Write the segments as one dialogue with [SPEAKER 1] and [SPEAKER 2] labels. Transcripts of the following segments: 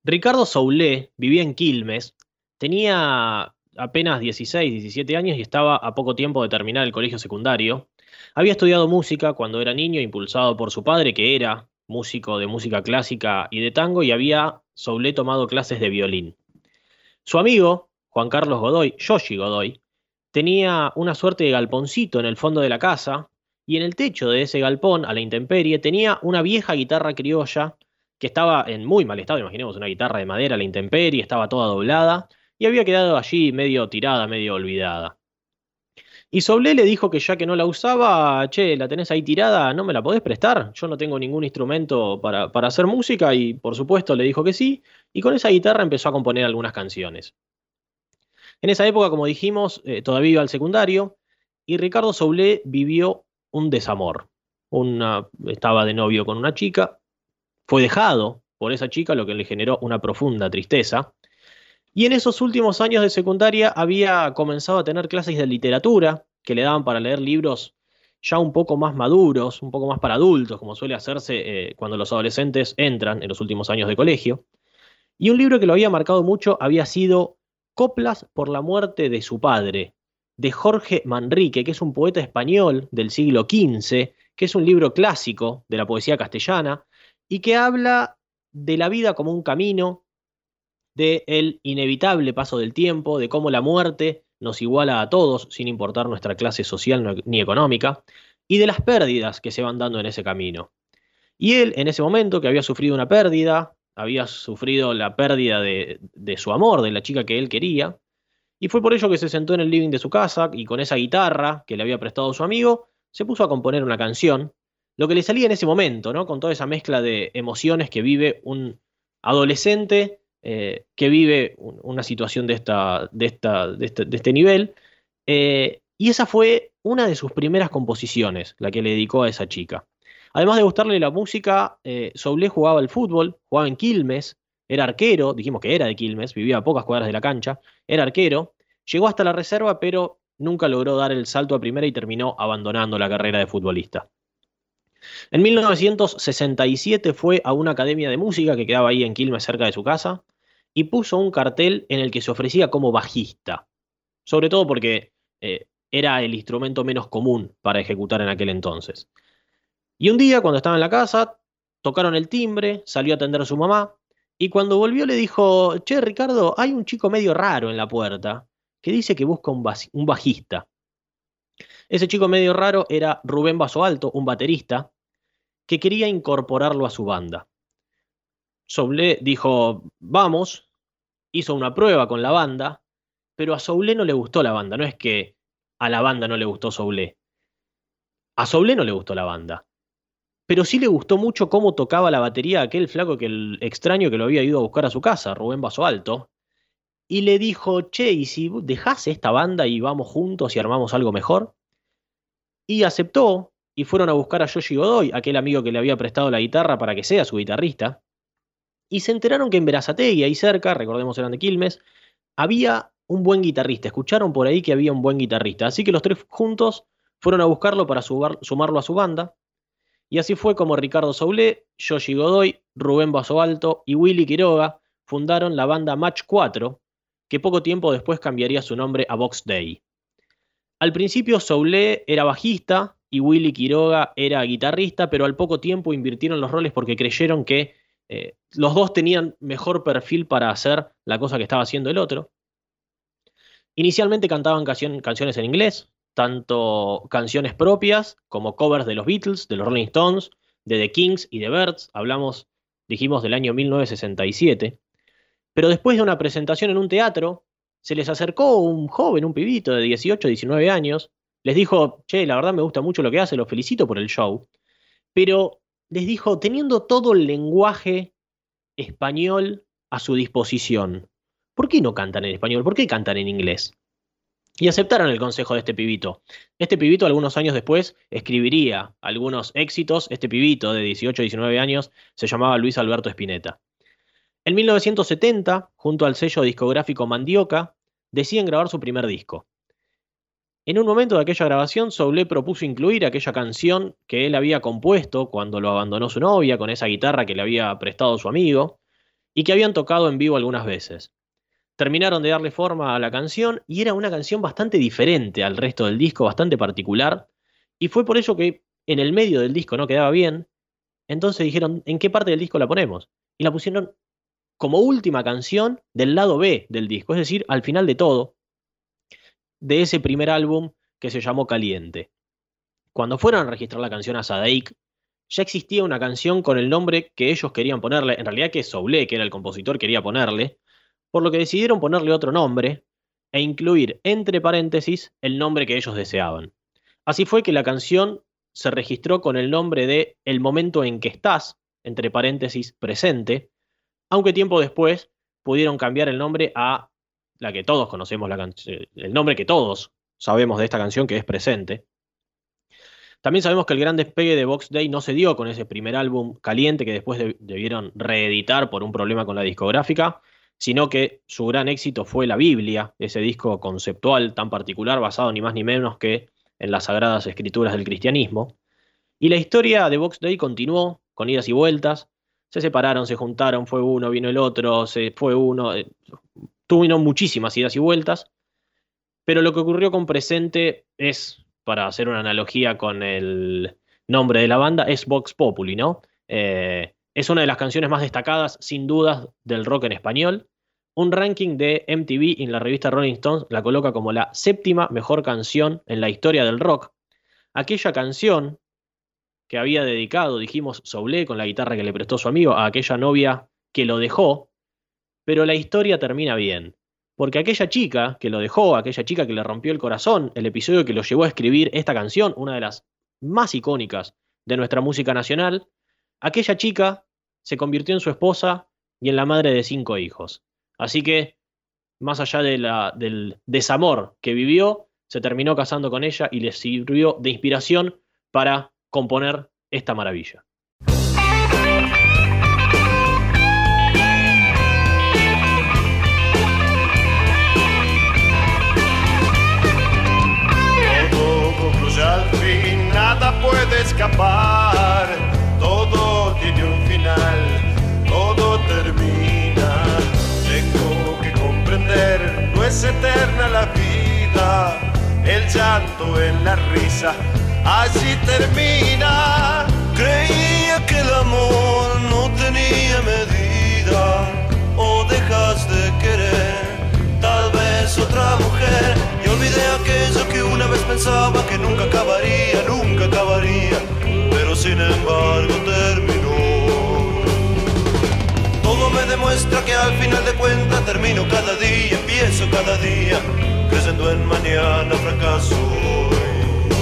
[SPEAKER 1] Ricardo Soulé vivía en Quilmes, tenía apenas 16, 17 años y estaba a poco tiempo de terminar el colegio secundario. Había estudiado música cuando era niño, impulsado por su padre, que era músico de música clásica y de tango, y había Soulé tomado clases de violín. Su amigo, Juan Carlos Godoy, Yoshi Godoy, tenía una suerte de galponcito en el fondo de la casa, y en el techo de ese galpón, a la intemperie, tenía una vieja guitarra criolla que estaba en muy mal estado. Imaginemos una guitarra de madera a la intemperie, estaba toda doblada, y había quedado allí medio tirada, medio olvidada. Y Soblé le dijo que ya que no la usaba, che, la tenés ahí tirada, ¿no me la podés prestar? Yo no tengo ningún instrumento para hacer música, y por supuesto le dijo que sí, y con esa guitarra empezó a componer algunas canciones. En esa época, como dijimos, todavía iba al secundario y Ricardo Soulé vivió un desamor. Estaba de novio con una chica, fue dejado por esa chica, lo que le generó una profunda tristeza. Y en esos últimos años de secundaria había comenzado a tener clases de literatura que le daban para leer libros ya un poco más maduros, un poco más para adultos, como suele hacerse cuando los adolescentes entran en los últimos años de colegio. Y un libro que lo había marcado mucho había sido Coplas por la muerte de su padre, de Jorge Manrique, que es un poeta español del siglo XV, que es un libro clásico de la poesía castellana y que habla de la vida como un camino, de el inevitable paso del tiempo, de cómo la muerte nos iguala a todos, sin importar nuestra clase social ni económica, y de las pérdidas que se van dando en ese camino. Y él, en ese momento, que había sufrido una pérdida, había sufrido la pérdida de su amor, de la chica que él quería, y fue por ello que se sentó en el living de su casa y con esa guitarra que le había prestado su amigo, se puso a componer una canción, lo que le salía en ese momento, ¿no? Con toda esa mezcla de emociones que vive un adolescente que vive una situación de este nivel. Y esa fue una de sus primeras composiciones, la que le dedicó a esa chica. Además de gustarle la música, Soulé jugaba al fútbol, jugaba en Quilmes, era arquero, dijimos que era de Quilmes, vivía a pocas cuadras de la cancha, era arquero, llegó hasta la reserva, pero nunca logró dar el salto a primera y terminó abandonando la carrera de futbolista. En 1967 fue a una academia de música que quedaba ahí en Quilmes cerca de su casa y puso un cartel en el que se ofrecía como bajista, sobre todo porque era el instrumento menos común para ejecutar en aquel entonces. Y un día, cuando estaba en la casa, tocaron el timbre, salió a atender a su mamá, y cuando volvió le dijo, che, Ricardo, hay un chico medio raro en la puerta que dice que busca un bajista. Ese chico medio raro era Rubén Basoalto, un baterista, que quería incorporarlo a su banda. Soule dijo, vamos, hizo una prueba con la banda, pero a Soule no le gustó la banda, no es que a la banda no le gustó Soule, a Soule no le gustó la banda. Pero sí le gustó mucho cómo tocaba la batería aquel flaco que el extraño que lo había ido a buscar a su casa, Rubén Vaso Alto, y le dijo, che, ¿y si dejás esta banda y vamos juntos y armamos algo mejor? Y aceptó, y fueron a buscar a Yoshi Godoy, aquel amigo que le había prestado la guitarra para que sea su guitarrista, y se enteraron que en Berazategui, ahí cerca, recordemos eran de Quilmes, había un buen guitarrista, escucharon por ahí que había un buen guitarrista, así que los tres juntos fueron a buscarlo para sumarlo a su banda. Y así fue como Ricardo Soulé, Yoshi Godoy, Rubén Basoalto y Willy Quiroga fundaron la banda Match 4, que poco tiempo después cambiaría su nombre a Box Day. Al principio Soulé era bajista y Willy Quiroga era guitarrista, pero al poco tiempo invirtieron los roles porque creyeron que los dos tenían mejor perfil para hacer la cosa que estaba haciendo el otro. Inicialmente cantaban canciones en inglés, tanto canciones propias como covers de los Beatles, de los Rolling Stones, de The Kings y de Birds. Dijimos del año 1967. Pero después de una presentación en un teatro, se les acercó un joven, un pibito de 18, 19 años. Les dijo, che, la verdad me gusta mucho lo que hace, los felicito por el show. Pero les dijo, teniendo todo el lenguaje español a su disposición, ¿por qué no cantan en español? ¿Por qué cantan en inglés? Y aceptaron el consejo de este pibito. Este pibito, algunos años después, escribiría algunos éxitos. Este pibito de 18, 19 años se llamaba Luis Alberto Spinetta. En 1970, junto al sello discográfico Mandioca, deciden grabar su primer disco. En un momento de aquella grabación, Soulé propuso incluir aquella canción que él había compuesto cuando lo abandonó su novia, con esa guitarra que le había prestado su amigo, y que habían tocado en vivo algunas veces. Terminaron de darle forma a la canción y era una canción bastante diferente al resto del disco, bastante particular, y fue por ello que en el medio del disco no quedaba bien, entonces dijeron, ¿en qué parte del disco la ponemos? Y la pusieron como última canción del lado B del disco, es decir, al final de todo, de ese primer álbum que se llamó Caliente. Cuando fueron a registrar la canción a Sadaic, ya existía una canción con el nombre que ellos querían ponerle, en realidad que Soulé, que era el compositor, quería ponerle, por lo que decidieron ponerle otro nombre e incluir entre paréntesis el nombre que ellos deseaban. Así fue que la canción se registró con el nombre de El momento en que estás, entre paréntesis presente, aunque tiempo después pudieron cambiar el nombre a la que todos conocemos, el nombre que todos sabemos de esta canción, que es Presente. También sabemos que el gran despegue de Box Day no se dio con ese primer álbum Caliente que después debieron reeditar por un problema con la discográfica, sino que su gran éxito fue La Biblia, ese disco conceptual tan particular basado ni más ni menos que en las sagradas escrituras del cristianismo. Y la historia de Box Day continuó con idas y vueltas. Se separaron, se juntaron, fue uno, vino el otro, se fue uno. Tuvieron muchísimas idas y vueltas. Pero lo que ocurrió con Presente es, para hacer una analogía con el nombre de la banda, es Vox Populi, ¿no? Es una de las canciones más destacadas, sin dudas, del rock en español. Un ranking de MTV en la revista Rolling Stones la coloca como la séptima mejor canción en la historia del rock. Aquella canción que había dedicado, dijimos, Soulé con la guitarra que le prestó su amigo a aquella novia que lo dejó, pero la historia termina bien. Porque aquella chica que lo dejó, aquella chica que le rompió el corazón, el episodio que lo llevó a escribir esta canción, una de las más icónicas de nuestra música nacional, aquella chica se convirtió en su esposa y en la madre de 5 hijos. Así que, más allá del desamor que vivió, se terminó casando con ella y le sirvió de inspiración para componer esta maravilla.
[SPEAKER 2] Al fin nada puede escapar, todo tiene un final, todo termina. Tengo que comprender, no es eterna la vida, el llanto en la risa, así termina. Creía que el amor no tenía medida, o dejas de querer, tal vez otra mujer, y olvidé aquello que una vez pensaba que nunca acabaría, pero sin embargo terminó. Todo me demuestra que al final de cuentas termino cada día, empiezo cada día, creyendo en mañana fracaso hoy.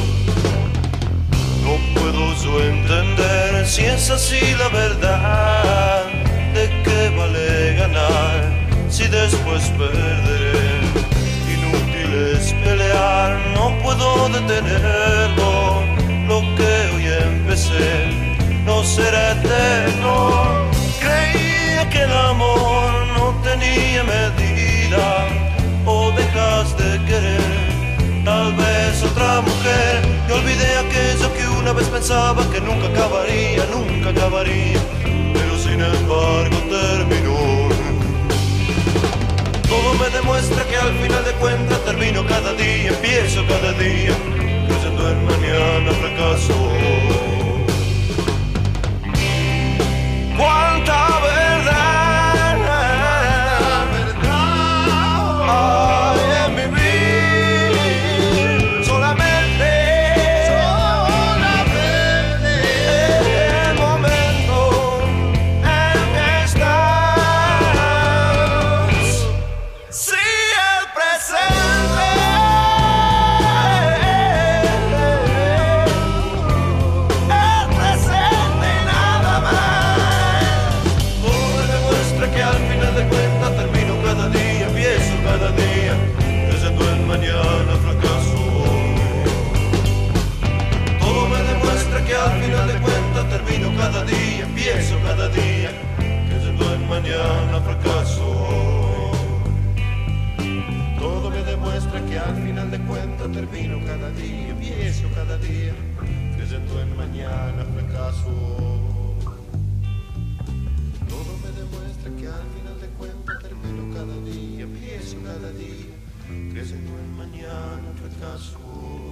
[SPEAKER 2] No puedo yo entender si es así la verdad, de qué vale ganar si después perderé. Inútil es pelear, no puedo detenerlo, lo que hoy empecé no será eterno. Creía que el amor no tenía medida, o dejas de querer, tal vez otra mujer, y olvidé aquello que una vez pensaba que nunca acabaría, pero sin embargo terminó. Todo me demuestra que al final de cuentas termino cada día, empiezo cada día, creyendo en mañana fracaso. ¡Cuánta verdad hay en mi vida! Solamente el momento en que estás. Sí, el presente. El presente y nada más. Todo me demuestra que al final de cuentas termino cada día, empiezo cada día, creyendo en mañana fracaso. Todo me demuestra que al final de cuentas termino cada día, empiezo cada día, creyendo en mañana fracaso. Todo me demuestra que al final de cuentas termino cada día, empiezo cada día, creyendo en mañana fracaso. Todo me demuestra que al progreso cada día, creciendo en mañana fracaso.